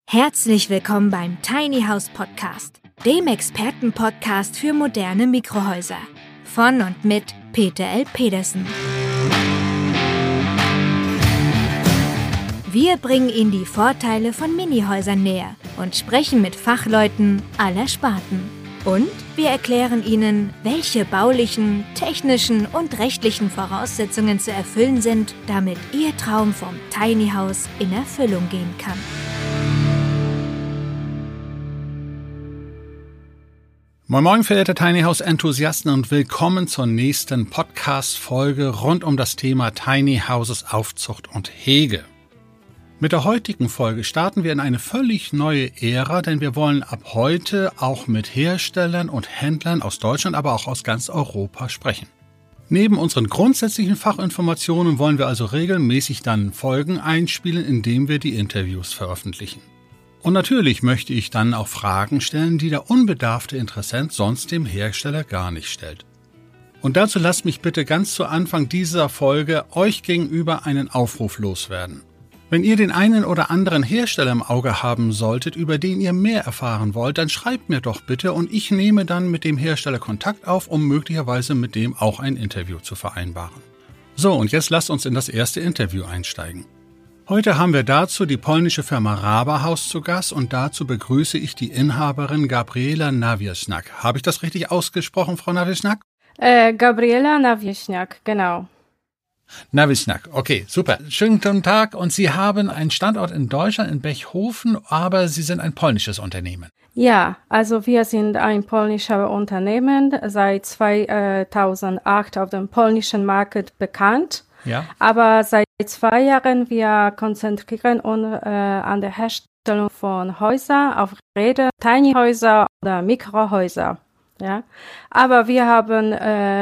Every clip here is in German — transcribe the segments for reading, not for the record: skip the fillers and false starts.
Herzlich willkommen beim Tiny House Podcast, dem Expertenpodcast für moderne Mikrohäuser. Von und mit Peter L. Pedersen. Wir bringen Ihnen die Vorteile von Minihäusern näher und sprechen mit Fachleuten aller Sparten. Und wir erklären Ihnen, welche baulichen, technischen und rechtlichen Voraussetzungen zu erfüllen sind, damit Ihr Traum vom Tiny House in Erfüllung gehen kann. Moin Moin, verehrte Tiny House Enthusiasten, und willkommen zur nächsten Podcast-Folge rund um das Thema Tiny Houses Aufzucht und Hege. Mit der heutigen Folge starten wir in eine völlig neue Ära, denn wir wollen ab heute auch mit Herstellern und Händlern aus Deutschland, aber auch aus ganz Europa sprechen. Neben unseren grundsätzlichen Fachinformationen wollen wir also regelmäßig dann Folgen einspielen, indem wir die Interviews veröffentlichen. Und natürlich möchte ich dann auch Fragen stellen, die der unbedarfte Interessent sonst dem Hersteller gar nicht stellt. Und dazu lasst mich bitte ganz zu Anfang dieser Folge euch gegenüber einen Aufruf loswerden. Wenn ihr den einen oder anderen Hersteller im Auge haben solltet, über den ihr mehr erfahren wollt, dann schreibt mir doch bitte und ich nehme dann mit dem Hersteller Kontakt auf, um möglicherweise mit dem auch ein Interview zu vereinbaren. So, und jetzt lasst uns in das erste Interview einsteigen. Heute haben wir dazu die polnische Firma Rabahaus zu Gast und dazu begrüße ich die Inhaberin Gabriela Nawieśniak. Habe ich das richtig ausgesprochen, Frau Nawieśniak? Gabriela Nawieśniak, genau. Nawieśniak, okay, super. Schönen guten Tag. Und Sie haben einen Standort in Deutschland, in Bechhofen, aber Sie sind ein polnisches Unternehmen. Ja, also wir sind ein polnisches Unternehmen, seit 2008 auf dem polnischen Markt bekannt. Ja. Aber seit 2 Jahren wir konzentrieren uns an der Herstellung von Häusern auf Räder, Tiny Häuser oder Mikrohäuser. Ja, aber wir haben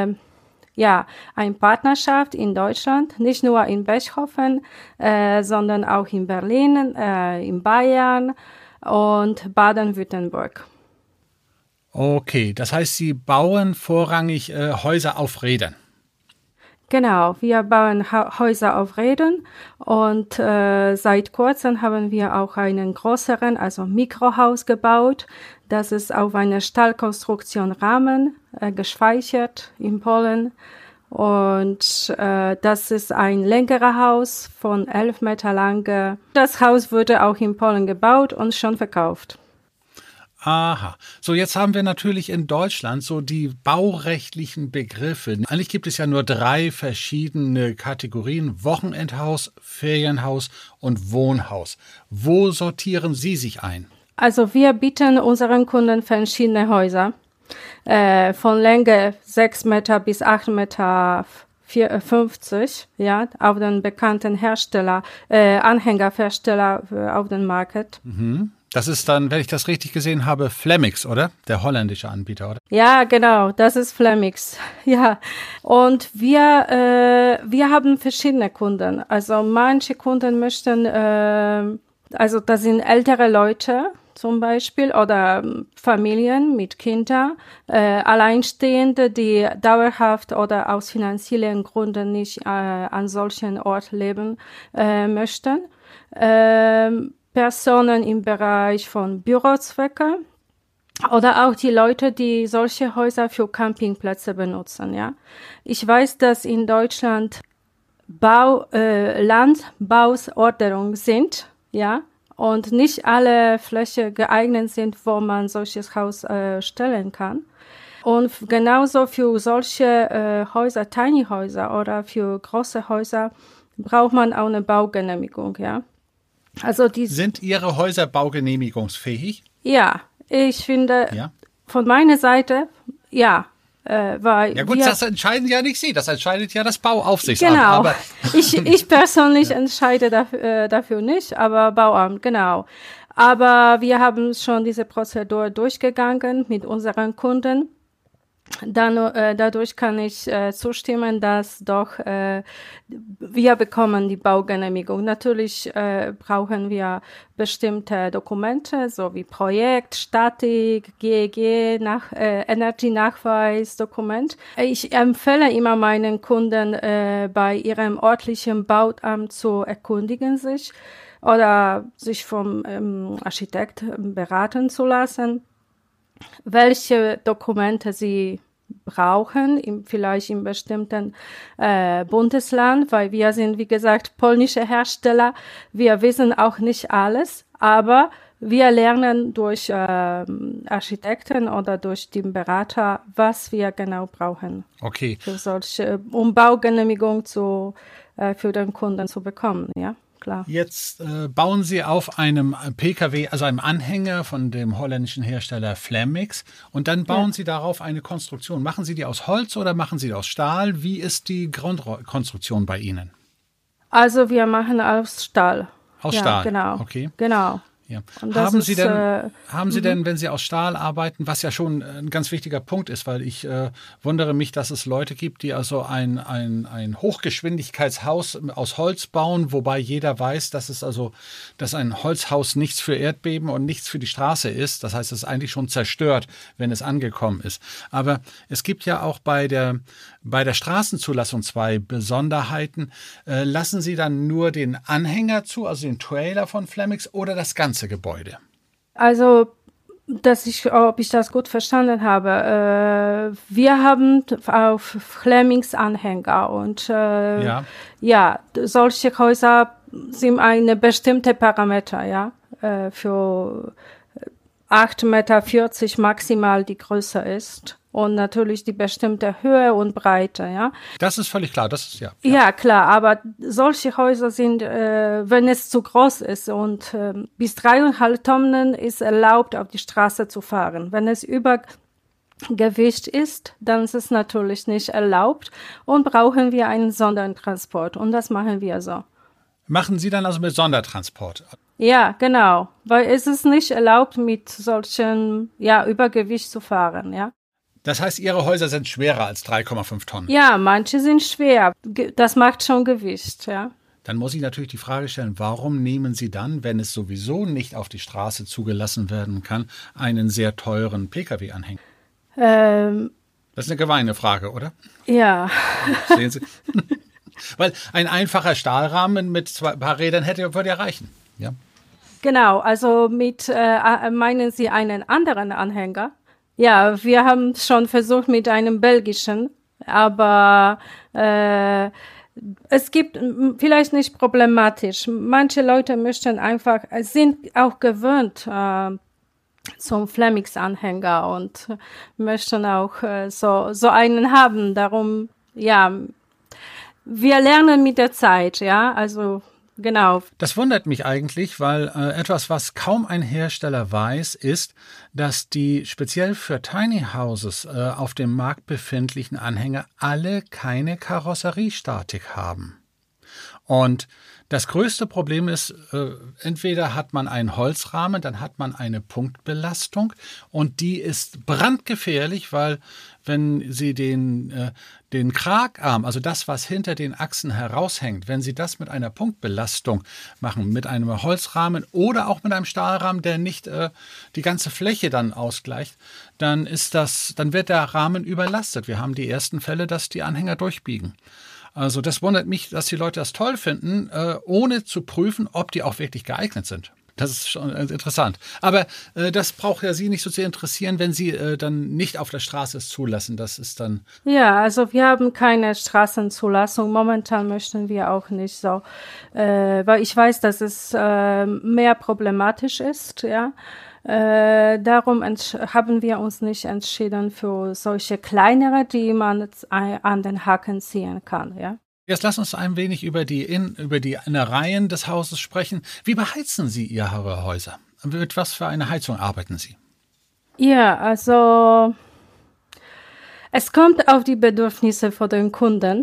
eine Partnerschaft in Deutschland, nicht nur in Bechhofen, sondern auch in Berlin, in Bayern und Baden-Württemberg. Okay, das heißt, Sie bauen vorrangig Häuser auf Rädern. Genau, wir bauen Häuser auf Rädern und seit kurzem haben wir auch einen größeren, also Mikrohaus gebaut. Das ist auf einer Stahlkonstruktion Rahmen gespeichert in Polen und das ist ein längerer Haus von 11 Meter lang. Das Haus wurde auch in Polen gebaut und schon verkauft. Aha. So, jetzt haben wir natürlich in Deutschland so die baurechtlichen Begriffe. Eigentlich gibt es ja nur 3 verschiedene Kategorien: Wochenendhaus, Ferienhaus und Wohnhaus. Wo sortieren Sie sich ein? Also wir bieten unseren Kunden verschiedene Häuser von Länge 6 Meter bis 8 Meter 50, ja, auf den bekannten Hersteller, Anhängerhersteller auf den Markt. Mhm. Das ist dann, wenn ich das richtig gesehen habe, Flemix, oder? Der holländische Anbieter, oder? Ja, genau, das ist Flemix. Ja, und wir haben verschiedene Kunden. Also manche Kunden möchten, also das sind ältere Leute zum Beispiel oder Familien mit Kindern, Alleinstehende, die dauerhaft oder aus finanziellen Gründen nicht an solchen Ort leben möchten. Personen im Bereich von Bürozwecke oder auch die Leute, die solche Häuser für Campingplätze benutzen, ja. Ich weiß, dass in Deutschland Landbausordnungen sind, ja, und nicht alle Flächen geeignet sind, wo man solches Haus stellen kann. Und genauso für solche Häuser, Tiny Häuser oder für große Häuser braucht man auch eine Baugenehmigung, ja. Also sind Ihre Häuser baugenehmigungsfähig? Ja, ich finde, von meiner Seite, ja. Ja gut, das entscheiden ja nicht Sie, das entscheidet ja das Bauaufsichtsamt. Genau, aber ich persönlich entscheide dafür nicht, aber Bauamt, genau. Aber wir haben schon diese Prozedur durchgegangen mit unseren Kunden. Dadurch kann ich zustimmen, dass doch wir bekommen die Baugenehmigung. Natürlich brauchen wir bestimmte Dokumente, so wie Projekt, Statik, GEG, Energienachweisdokument. Ich empfehle immer meinen Kunden, bei ihrem örtlichen Bauamt zu erkundigen sich, oder sich vom Architekt beraten zu lassen, welche Dokumente sie brauchen, vielleicht im bestimmten Bundesland, weil wir sind, wie gesagt, polnische Hersteller. Wir wissen auch nicht alles, aber wir lernen durch Architekten oder durch den Berater, was wir genau brauchen. Okay. Für solche Umbaugenehmigung für den Kunden zu bekommen, ja. Klar. Jetzt bauen Sie auf einem PKW, also einem Anhänger von dem holländischen Hersteller Flemix, und dann bauen Sie darauf eine Konstruktion. Machen Sie die aus Holz oder machen Sie die aus Stahl? Wie ist die Grundkonstruktion bei Ihnen? Also wir machen aus Stahl. Aus Stahl? Genau. Okay. Genau. Ja. Haben Sie denn, wenn Sie aus Stahl arbeiten, was ja schon ein ganz wichtiger Punkt ist, weil ich wundere mich, dass es Leute gibt, die also ein Hochgeschwindigkeitshaus aus Holz bauen, wobei jeder weiß, dass ein Holzhaus nichts für Erdbeben und nichts für die Straße ist. Das heißt, es ist eigentlich schon zerstört, wenn es angekommen ist. Aber es gibt ja auch bei der Straßenzulassung 2 Besonderheiten. Lassen Sie dann nur den Anhänger zu, also den Trailer von Flemix, oder das ganze Gebäude? Also, ob ich das gut verstanden habe. Wir haben auf Flemings Anhänger und solche Häuser sind eine bestimmte Parameter, ja, für 8,40 Meter maximal die Größe ist. Und natürlich die bestimmte Höhe und Breite, ja. Das ist völlig klar, das ist ja. Ja, klar, aber solche Häuser sind, wenn es zu groß ist und bis 3,5 Tonnen ist erlaubt, auf die Straße zu fahren. Wenn es über Gewicht ist, dann ist es natürlich nicht erlaubt und brauchen wir einen Sondertransport und das machen wir so. Machen Sie dann also mit Sondertransport? Ja, genau, weil es ist nicht erlaubt, mit solchen, Übergewicht zu fahren, ja. Das heißt, Ihre Häuser sind schwerer als 3,5 Tonnen? Ja, manche sind schwer. Das macht schon Gewicht, ja. Dann muss ich natürlich die Frage stellen, warum nehmen Sie dann, wenn es sowieso nicht auf die Straße zugelassen werden kann, einen sehr teuren Pkw-Anhänger? Das ist eine gemeine Frage, oder? Ja. Sehen Sie? Weil ein einfacher Stahlrahmen mit ein paar Rädern würde ja reichen. Ja. Genau, also meinen Sie einen anderen Anhänger? Ja, wir haben schon versucht mit einem belgischen, aber es gibt vielleicht nicht problematisch. Manche Leute sind auch gewöhnt zum Flemix-Anhänger und möchten auch so einen haben. Darum, ja, wir lernen mit der Zeit, ja, also genau. Das wundert mich eigentlich, weil etwas, was kaum ein Hersteller weiß, ist, dass die speziell für Tiny Houses auf dem Markt befindlichen Anhänger alle keine Karosseriestatik haben. Und das größte Problem ist, entweder hat man einen Holzrahmen, dann hat man eine Punktbelastung und die ist brandgefährlich, weil wenn Sie den Kragarm, also das, was hinter den Achsen heraushängt, wenn Sie das mit einer Punktbelastung machen, mit einem Holzrahmen oder auch mit einem Stahlrahmen, der nicht die ganze Fläche dann ausgleicht, dann wird der Rahmen überlastet. Wir haben die ersten Fälle, dass die Anhänger durchbiegen. Also das wundert mich, dass die Leute das toll finden, ohne zu prüfen, ob die auch wirklich geeignet sind. Das ist schon interessant. Aber das braucht ja Sie nicht so sehr interessieren, wenn Sie dann nicht auf der Straße es zulassen. Das ist dann... Ja, also wir haben keine Straßenzulassung. Momentan möchten wir auch nicht so, weil ich weiß, dass es mehr problematisch ist, ja. Darum haben wir uns nicht entschieden für solche kleinere, die man an den Haken ziehen kann, ja. Jetzt lass uns ein wenig über die Innereien des Hauses sprechen. Wie beheizen Sie Ihre Häuser? Mit was für eine Heizung arbeiten Sie? Ja, also es kommt auf die Bedürfnisse von den Kunden.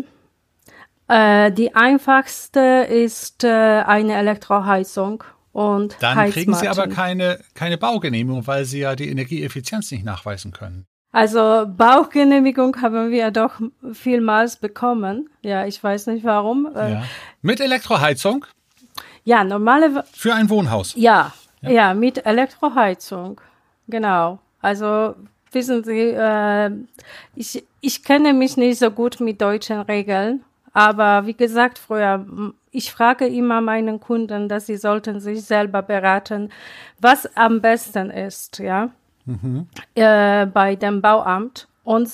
Die einfachste ist eine Elektroheizung. Und dann kriegen Sie aber keine Baugenehmigung, weil Sie ja die Energieeffizienz nicht nachweisen können. Also Baugenehmigung haben wir doch vielmals bekommen. Ja, ich weiß nicht warum. Ja. Mit Elektroheizung? Ja, normale. Für ein Wohnhaus? Ja, mit Elektroheizung. Genau. Also wissen Sie, ich kenne mich nicht so gut mit deutschen Regeln, Aber wie gesagt, früher, ich frage immer meinen Kunden, dass sie sollten sich selber beraten, was am besten ist, ja, bei dem Bauamt. Und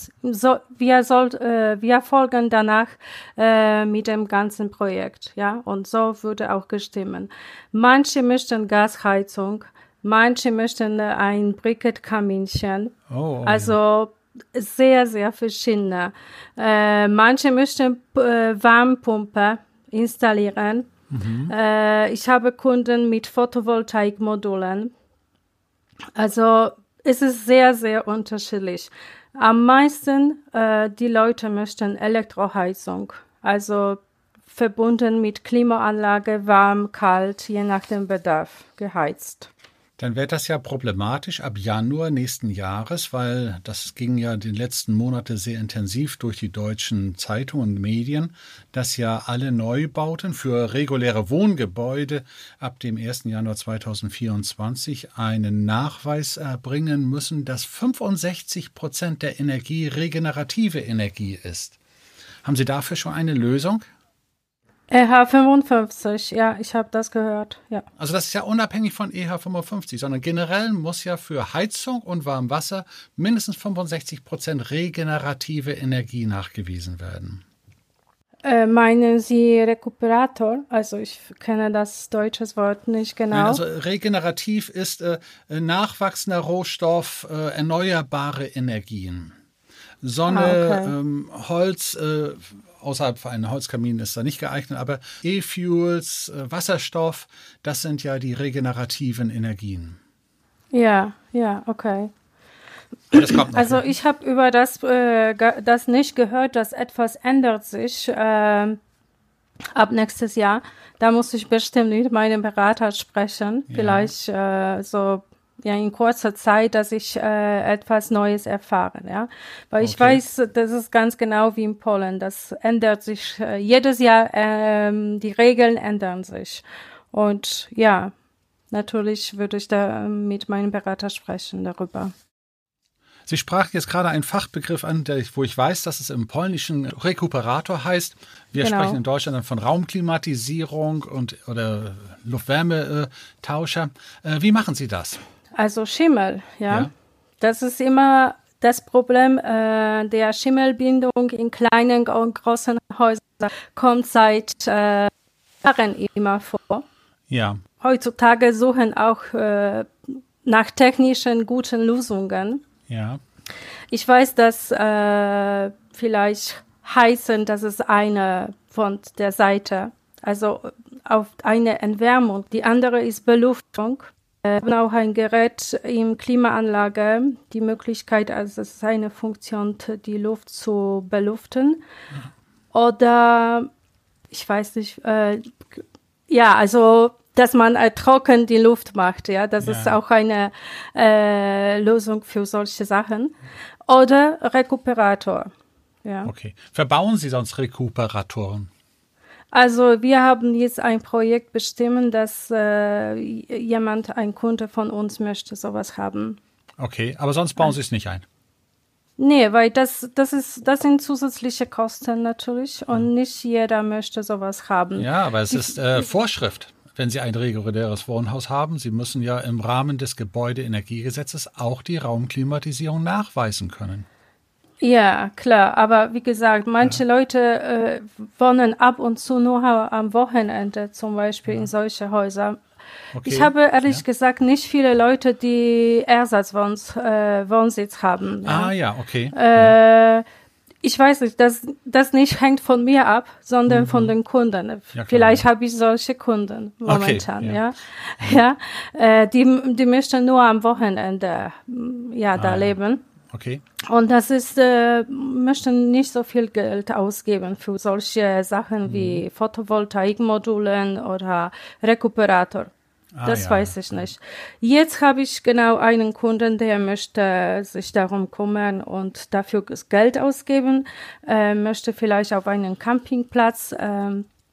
wir folgen danach mit dem ganzen Projekt, ja, und so würde auch gestimmt. Manche möchten Gasheizung, manche möchten ein Briketkaminchen, also sehr, sehr verschiedene. Manche möchten Wärmepumpe installieren. Ich habe Kunden mit Photovoltaikmodulen. Also es ist sehr, sehr unterschiedlich. Am meisten die Leute möchten Elektroheizung, also verbunden mit Klimaanlage, warm, kalt, je nach dem Bedarf geheizt. Dann wäre das ja problematisch ab Januar nächsten Jahres, weil das ging ja die letzten Monate sehr intensiv durch die deutschen Zeitungen und Medien, dass ja alle Neubauten für reguläre Wohngebäude ab dem 1. Januar 2024 einen Nachweis erbringen müssen, dass 65% der Energie regenerative Energie ist. Haben Sie dafür schon eine Lösung? EH55, ja, ich habe das gehört, ja. Also das ist ja unabhängig von EH55, sondern generell muss ja für Heizung und Warmwasser mindestens 65% regenerative Energie nachgewiesen werden. Meinen Sie Rekuperator? Also ich kenne das deutsche Wort nicht genau. Nein, also regenerativ ist nachwachsender Rohstoff, erneuerbare Energien. Sonne, Holz, außerhalb von einem Holzkamin ist da nicht geeignet, aber E-Fuels, Wasserstoff, das sind ja die regenerativen Energien. Ja, okay. Das kommt noch, also ich habe über das nicht gehört, dass etwas ändert sich ab nächstes Jahr. Da muss ich bestimmt mit meinem Berater sprechen, vielleicht in kurzer Zeit, dass ich etwas Neues erfahre, ja. Weil ich weiß, das ist ganz genau wie in Polen. Das ändert sich jedes Jahr, die Regeln ändern sich. Und ja, natürlich würde ich da mit meinem Berater sprechen darüber. Sie sprachen jetzt gerade einen Fachbegriff an, wo ich weiß, dass es im Polnischen Rekuperator heißt. Wir sprechen in Deutschland dann von Raumklimatisierung oder Luftwärmetauscher. Wie machen Sie das? Also Schimmel, ja. Das ist immer das Problem der Schimmelbildung in kleinen und großen Häusern kommt seit Jahren immer vor. Ja. Heutzutage suchen auch nach technischen guten Lösungen. Ja. Ich weiß, dass vielleicht heißen, dass es eine von der Seite, also auf eine Erwärmung. Die andere ist Belüftung. Wir haben auch ein Gerät im Klimaanlage, die Möglichkeit, also es ist eine Funktion, die Luft zu belüften. Oder, ich weiß nicht, also, dass man trocken die Luft macht, ja, das ist auch eine Lösung für solche Sachen. Oder Rekuperator, ja. Okay. Verbauen Sie sonst Rekuperatoren? Also wir haben jetzt ein Projekt bestimmt, dass ein Kunde von uns möchte sowas haben. Okay, aber sonst bauen Sie es nicht ein? Nee, weil das sind zusätzliche Kosten natürlich und nicht jeder möchte sowas haben. Ja, aber es ist Vorschrift. Wenn Sie ein reguläres Wohnhaus haben, Sie müssen ja im Rahmen des Gebäudeenergiegesetzes auch die Raumklimatisierung nachweisen können. Ja, klar, aber wie gesagt, manche Leute wohnen ab und zu nur am Wochenende zum Beispiel in solche Häuser. Okay. Ich habe ehrlich gesagt nicht viele Leute, die Ersatzwohnsitz haben. Okay. Ich weiß nicht, das nicht hängt von mir ab, sondern von den Kunden. Ja, vielleicht habe ich solche Kunden momentan, die möchten nur am Wochenende da leben. Okay. Und das ist, möchten nicht so viel Geld ausgeben für solche Sachen wie Photovoltaikmodulen oder Rekuperator. Das weiß ich nicht. Jetzt habe ich genau einen Kunden, der möchte sich darum kümmern und dafür Geld ausgeben, möchte vielleicht auf einem Campingplatz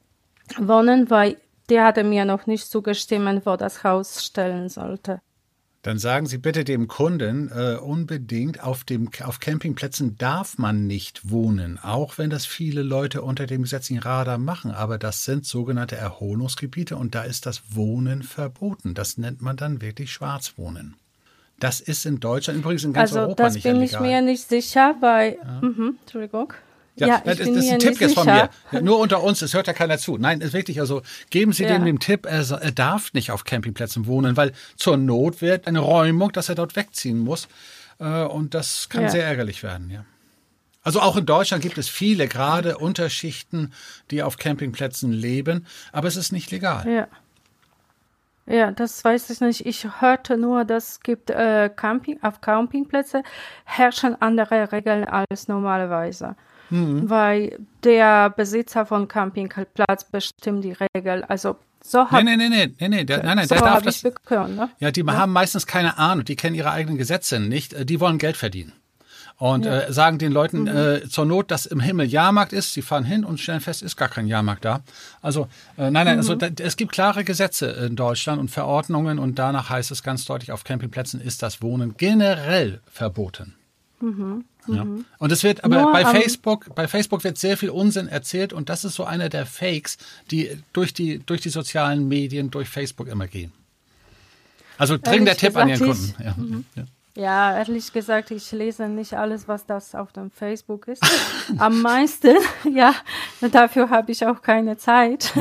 wohnen, weil der hatte mir noch nicht zugestimmt, wo das Haus stellen sollte. Dann sagen Sie bitte dem Kunden unbedingt, auf Campingplätzen darf man nicht wohnen, auch wenn das viele Leute unter dem gesetzlichen Radar machen. Aber das sind sogenannte Erholungsgebiete und da ist das Wohnen verboten. Das nennt man dann wirklich Schwarzwohnen. Das ist in Deutschland übrigens in ganz Europa nicht illegal. Also das bin ich mir nicht sicher, weil... Entschuldigung. Ja, das ist ein Tipp jetzt von mir. Ja, nur unter uns, es hört ja keiner zu. Nein, ist wirklich, also geben Sie dem den Tipp, er darf nicht auf Campingplätzen wohnen, weil zur Not wird eine Räumung, dass er dort wegziehen muss. Und das kann sehr ärgerlich werden, ja. Also auch in Deutschland gibt es viele, gerade Unterschichten, die auf Campingplätzen leben, aber es ist nicht legal. Ja, das weiß ich nicht. Ich hörte nur, dass gibt auf Campingplätzen herrschen andere Regeln als normalerweise. Weil der Besitzer von Campingplatz bestimmt die Regel. Also so Nein, der darf das. Bekommen, ne? Ja, die haben meistens keine Ahnung, die kennen ihre eigenen Gesetze nicht. Die wollen Geld verdienen. Und sagen den Leuten zur Not, dass im Himmel Jahrmarkt ist. Sie fahren hin und stellen fest, ist gar kein Jahrmarkt da. Also also es gibt klare Gesetze in Deutschland und Verordnungen und danach heißt es ganz deutlich, auf Campingplätzen ist das Wohnen generell verboten. Ja. Und es wird aber bei Facebook wird sehr viel Unsinn erzählt und das ist so einer der Fakes, die durch die sozialen Medien, durch Facebook immer gehen. Also dringender Tipp an Ihren Kunden. Ja, ehrlich gesagt, ich lese nicht alles, was das auf dem Facebook ist. Am meisten, dafür habe ich auch keine Zeit.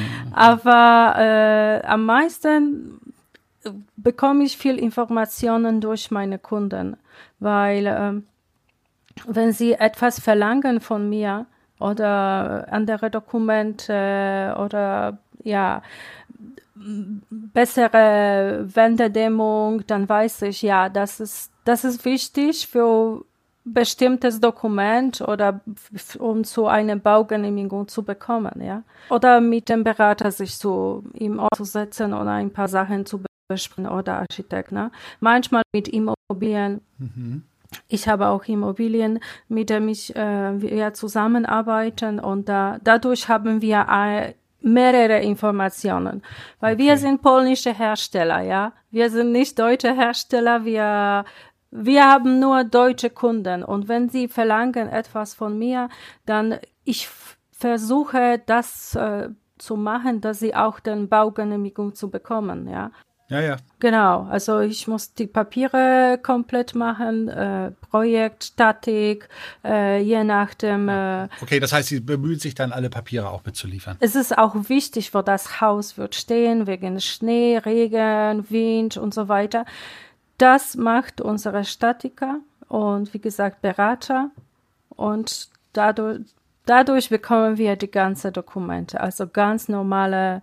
Aber am meisten bekomme ich viel Informationen durch meine Kunden, weil wenn sie etwas verlangen von mir oder andere Dokumente oder bessere Wendedämmung, dann weiß ich, das ist wichtig für bestimmtes Dokument oder um zu einer Baugenehmigung zu bekommen, ja. Oder mit dem Berater sich so im Ort zu setzen oder ein paar Sachen zu besprechen oder Architekt, ne. Manchmal mit Immobilien. Ich habe auch Immobilien, mit denen wir zusammenarbeiten und dadurch haben wir mehrere Informationen, weil wir sind polnische Hersteller, ja. Wir sind nicht deutsche Hersteller, wir haben nur deutsche Kunden und wenn sie verlangen etwas von mir, dann ich versuche das zu machen, dass sie auch den Baugenehmigung zu bekommen, ja. Ja. Genau, also ich muss die Papiere komplett machen, Projekt, Statik, je nachdem. Okay, das heißt, Sie bemühen sich dann, alle Papiere auch mitzuliefern. Es ist auch wichtig, wo das Haus wird stehen, wegen Schnee, Regen, Wind und so weiter. Das macht unsere Statiker und wie gesagt Berater und dadurch bekommen wir die ganzen Dokumente, also ganz normale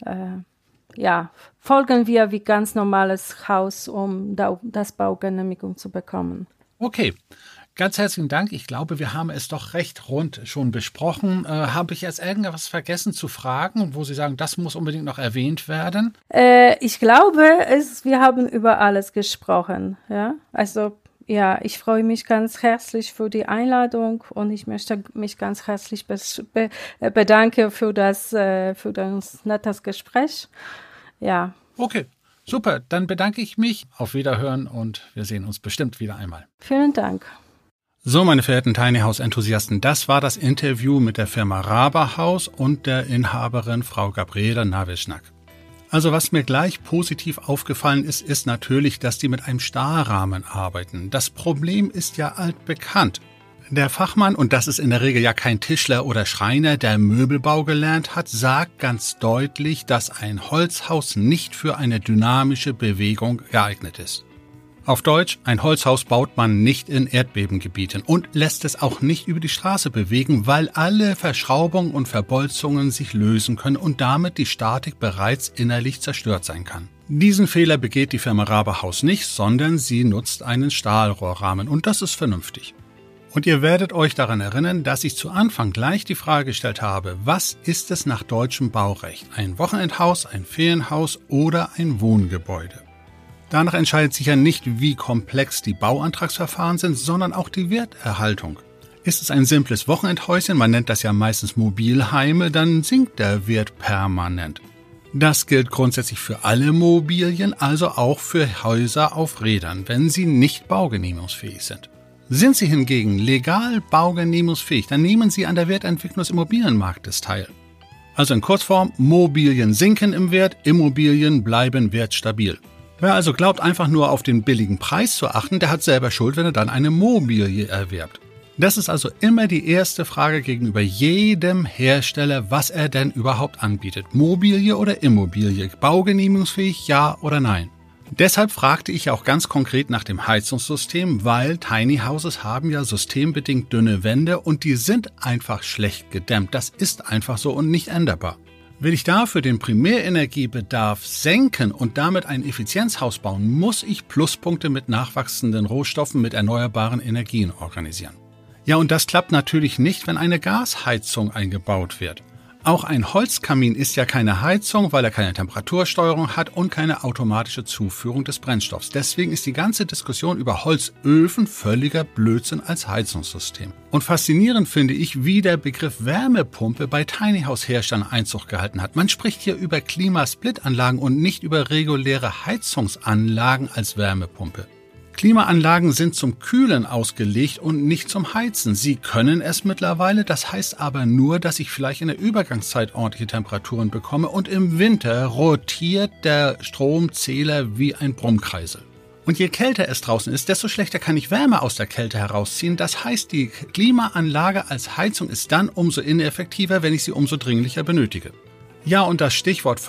folgen wir wie ganz normales Haus, um das Baugenehmigung zu bekommen. Okay, ganz herzlichen Dank. Ich glaube, wir haben es doch recht rund schon besprochen. Habe ich jetzt irgendwas vergessen zu fragen, wo Sie sagen, das muss unbedingt noch erwähnt werden? Ich glaube, wir haben über alles gesprochen. Ja, also ich freue mich ganz herzlich für die Einladung und ich möchte mich ganz herzlich bedanken für das nettes Gespräch. Ja. Okay, super. Dann bedanke ich mich. Auf Wiederhören und wir sehen uns bestimmt wieder einmal. Vielen Dank. So, meine verehrten Tiny House Enthusiasten, das war das Interview mit der Firma Raberhaus und der Inhaberin Frau Gabriela Nawischnak. Also was mir gleich positiv aufgefallen ist natürlich, dass die mit einem Stahlrahmen arbeiten. Das Problem ist ja altbekannt. Der Fachmann, und das ist in der Regel ja kein Tischler oder Schreiner, der Möbelbau gelernt hat, sagt ganz deutlich, dass ein Holzhaus nicht für eine dynamische Bewegung geeignet ist. Auf Deutsch, ein Holzhaus baut man nicht in Erdbebengebieten und lässt es auch nicht über die Straße bewegen, weil alle Verschraubungen und Verbolzungen sich lösen können und damit die Statik bereits innerlich zerstört sein kann. Diesen Fehler begeht die Firma Raberhaus nicht, sondern sie nutzt einen Stahlrohrrahmen und das ist vernünftig. Und ihr werdet euch daran erinnern, dass ich zu Anfang gleich die Frage gestellt habe, was ist es nach deutschem Baurecht? Ein Wochenendhaus, ein Ferienhaus oder ein Wohngebäude? Danach entscheidet sich ja nicht, wie komplex die Bauantragsverfahren sind, sondern auch die Werterhaltung. Ist es ein simples Wochenendhäuschen, man nennt das ja meistens Mobilheime, dann sinkt der Wert permanent. Das gilt grundsätzlich für alle Mobilien, also auch für Häuser auf Rädern, wenn sie nicht baugenehmigungsfähig sind. Sind sie hingegen legal baugenehmigungsfähig, dann nehmen sie an der Wertentwicklung des Immobilienmarktes teil. Also in Kurzform, Mobilien sinken im Wert, Immobilien bleiben wertstabil. Wer also glaubt, einfach nur auf den billigen Preis zu achten, der hat selber Schuld, wenn er dann eine Mobilie erwirbt. Das ist also immer die erste Frage gegenüber jedem Hersteller, was er denn überhaupt anbietet. Mobilie oder Immobilie, baugenehmigungsfähig, ja oder nein? Deshalb fragte ich auch ganz konkret nach dem Heizungssystem, weil Tiny Houses haben ja systembedingt dünne Wände und die sind einfach schlecht gedämmt. Das ist einfach so und nicht änderbar. Will ich dafür den Primärenergiebedarf senken und damit ein Effizienzhaus bauen, muss ich Pluspunkte mit nachwachsenden Rohstoffen mit erneuerbaren Energien organisieren. Ja, und das klappt natürlich nicht, wenn eine Gasheizung eingebaut wird. Auch ein Holzkamin ist ja keine Heizung, weil er keine Temperatursteuerung hat und keine automatische Zuführung des Brennstoffs. Deswegen ist die ganze Diskussion über Holzöfen völliger Blödsinn als Heizungssystem. Und faszinierend finde ich, wie der Begriff Wärmepumpe bei Tiny House Herstellern Einzug gehalten hat. Man spricht hier über Klimasplitanlagen und nicht über reguläre Heizungsanlagen als Wärmepumpe. Klimaanlagen sind zum Kühlen ausgelegt und nicht zum Heizen. Sie können es mittlerweile, das heißt aber nur, dass ich vielleicht in der Übergangszeit ordentliche Temperaturen bekomme und im Winter rotiert der Stromzähler wie ein Brummkreisel. Und je kälter es draußen ist, desto schlechter kann ich Wärme aus der Kälte herausziehen. Das heißt, die Klimaanlage als Heizung ist dann umso ineffektiver, wenn ich sie umso dringlicher benötige. Ja, und das Stichwort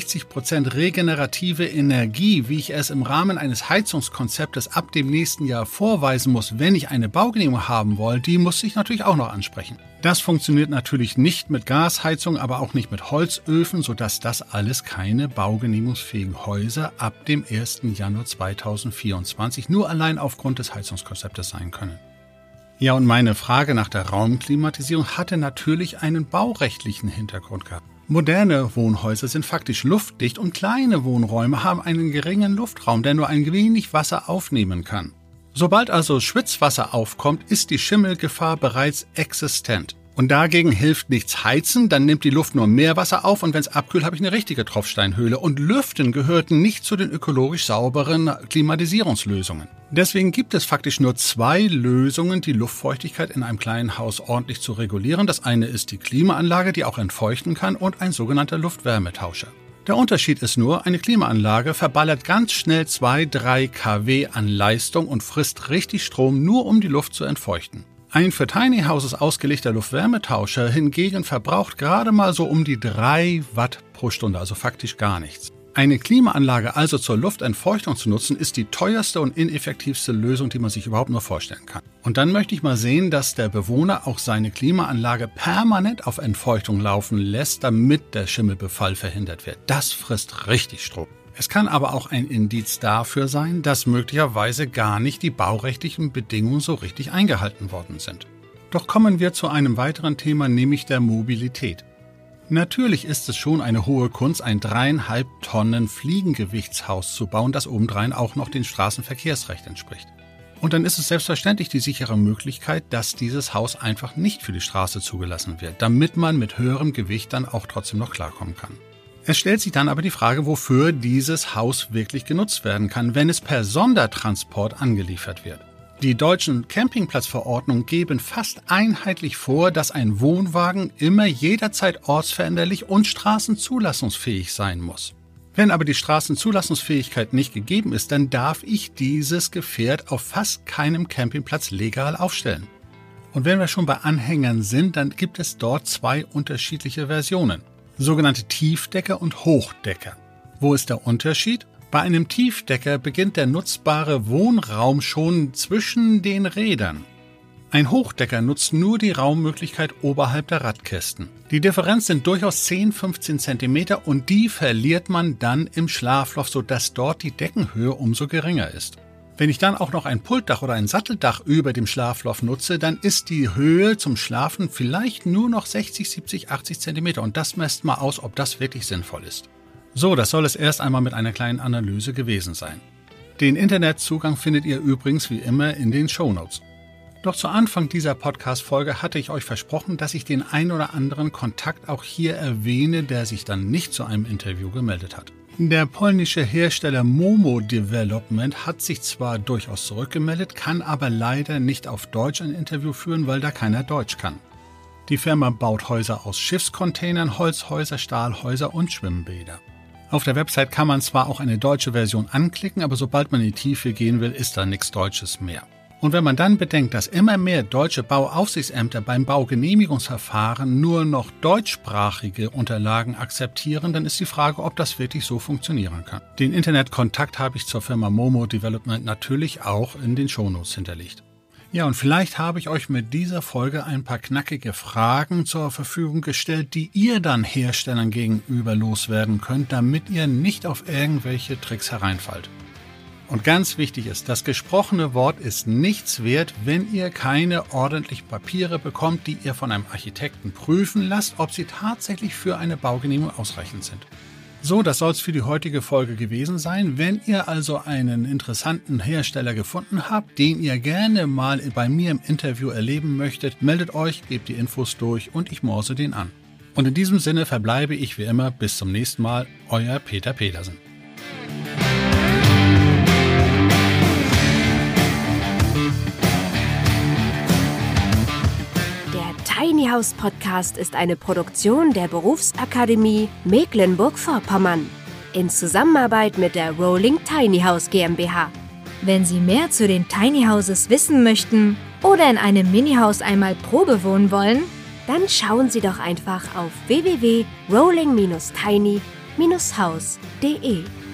65% regenerative Energie, wie ich es im Rahmen eines Heizungskonzeptes ab dem nächsten Jahr vorweisen muss, wenn ich eine Baugenehmigung haben will, die muss ich natürlich auch noch ansprechen. Das funktioniert natürlich nicht mit Gasheizung, aber auch nicht mit Holzöfen, sodass das alles keine baugenehmigungsfähigen Häuser ab dem 1. Januar 2024 nur allein aufgrund des Heizungskonzeptes sein können. Ja, und meine Frage nach der Raumklimatisierung hatte natürlich einen baurechtlichen Hintergrund gehabt. Moderne Wohnhäuser sind faktisch luftdicht und kleine Wohnräume haben einen geringen Luftraum, der nur ein wenig Wasser aufnehmen kann. Sobald also Schwitzwasser aufkommt, ist die Schimmelgefahr bereits existent. Und dagegen hilft nichts heizen, dann nimmt die Luft nur mehr Wasser auf und wenn es abkühlt, habe ich eine richtige Tropfsteinhöhle. Und Lüften gehörten nicht zu den ökologisch sauberen Klimatisierungslösungen. Deswegen gibt es faktisch nur 2 Lösungen, die Luftfeuchtigkeit in einem kleinen Haus ordentlich zu regulieren. Das eine ist die Klimaanlage, die auch entfeuchten kann, und ein sogenannter Luftwärmetauscher. Der Unterschied ist nur, eine Klimaanlage verballert ganz schnell 2-3 kW an Leistung und frisst richtig Strom, nur um die Luft zu entfeuchten. Ein für Tiny Houses ausgelegter Luftwärmetauscher hingegen verbraucht gerade mal so um die 3 Watt pro Stunde, also faktisch gar nichts. Eine Klimaanlage also zur Luftentfeuchtung zu nutzen, ist die teuerste und ineffektivste Lösung, die man sich überhaupt nur vorstellen kann. Und dann möchte ich mal sehen, dass der Bewohner auch seine Klimaanlage permanent auf Entfeuchtung laufen lässt, damit der Schimmelbefall verhindert wird. Das frisst richtig Strom. Es kann aber auch ein Indiz dafür sein, dass möglicherweise gar nicht die baurechtlichen Bedingungen so richtig eingehalten worden sind. Doch kommen wir zu einem weiteren Thema, nämlich der Mobilität. Natürlich ist es schon eine hohe Kunst, ein 3,5 Tonnen Fliegengewichtshaus zu bauen, das obendrein auch noch dem Straßenverkehrsrecht entspricht. Und dann ist es selbstverständlich die sichere Möglichkeit, dass dieses Haus einfach nicht für die Straße zugelassen wird, damit man mit höherem Gewicht dann auch trotzdem noch klarkommen kann. Es stellt sich dann aber die Frage, wofür dieses Haus wirklich genutzt werden kann, wenn es per Sondertransport angeliefert wird. Die deutschen Campingplatzverordnungen geben fast einheitlich vor, dass ein Wohnwagen immer jederzeit ortsveränderlich und straßenzulassungsfähig sein muss. Wenn aber die Straßenzulassungsfähigkeit nicht gegeben ist, dann darf ich dieses Gefährt auf fast keinem Campingplatz legal aufstellen. Und wenn wir schon bei Anhängern sind, dann gibt es dort 2 unterschiedliche Versionen. Sogenannte Tiefdecker und Hochdecker. Wo ist der Unterschied? Bei einem Tiefdecker beginnt der nutzbare Wohnraum schon zwischen den Rädern. Ein Hochdecker nutzt nur die Raummöglichkeit oberhalb der Radkästen. Die Differenz sind durchaus 10-15 cm und die verliert man dann im Schlafloch, sodass dort die Deckenhöhe umso geringer ist. Wenn ich dann auch noch ein Pultdach oder ein Satteldach über dem Schlafloch nutze, dann ist die Höhe zum Schlafen vielleicht nur noch 60, 70, 80 cm und das messt mal aus, ob das wirklich sinnvoll ist. So, das soll es erst einmal mit einer kleinen Analyse gewesen sein. Den Internetzugang findet ihr übrigens wie immer in den Shownotes. Doch zu Anfang dieser Podcast-Folge hatte ich euch versprochen, dass ich den ein oder anderen Kontakt auch hier erwähne, der sich dann nicht zu einem Interview gemeldet hat. Der polnische Hersteller Momo Development hat sich zwar durchaus zurückgemeldet, kann aber leider nicht auf Deutsch ein Interview führen, weil da keiner Deutsch kann. Die Firma baut Häuser aus Schiffscontainern, Holzhäuser, Stahlhäuser und Schwimmbäder. Auf der Website kann man zwar auch eine deutsche Version anklicken, aber sobald man in die Tiefe gehen will, ist da nichts Deutsches mehr. Und wenn man dann bedenkt, dass immer mehr deutsche Bauaufsichtsämter beim Baugenehmigungsverfahren nur noch deutschsprachige Unterlagen akzeptieren, dann ist die Frage, ob das wirklich so funktionieren kann. Den Internetkontakt habe ich zur Firma Momo Development natürlich auch in den Shownotes hinterlegt. Ja, und vielleicht habe ich euch mit dieser Folge ein paar knackige Fragen zur Verfügung gestellt, die ihr dann Herstellern gegenüber loswerden könnt, damit ihr nicht auf irgendwelche Tricks hereinfallt. Und ganz wichtig ist, das gesprochene Wort ist nichts wert, wenn ihr keine ordentlichen Papiere bekommt, die ihr von einem Architekten prüfen lasst, ob sie tatsächlich für eine Baugenehmigung ausreichend sind. So, das soll es für die heutige Folge gewesen sein. Wenn ihr also einen interessanten Hersteller gefunden habt, den ihr gerne mal bei mir im Interview erleben möchtet, meldet euch, gebt die Infos durch und ich morse den an. Und in diesem Sinne verbleibe ich wie immer bis zum nächsten Mal, euer Peter Pedersen. Tiny House Podcast ist eine Produktion der Berufsakademie Mecklenburg-Vorpommern in Zusammenarbeit mit der Rolling Tiny House GmbH. Wenn Sie mehr zu den Tiny Houses wissen möchten oder in einem Minihaus einmal Probe wohnen wollen, dann schauen Sie doch einfach auf www.rolling-tiny-house.de.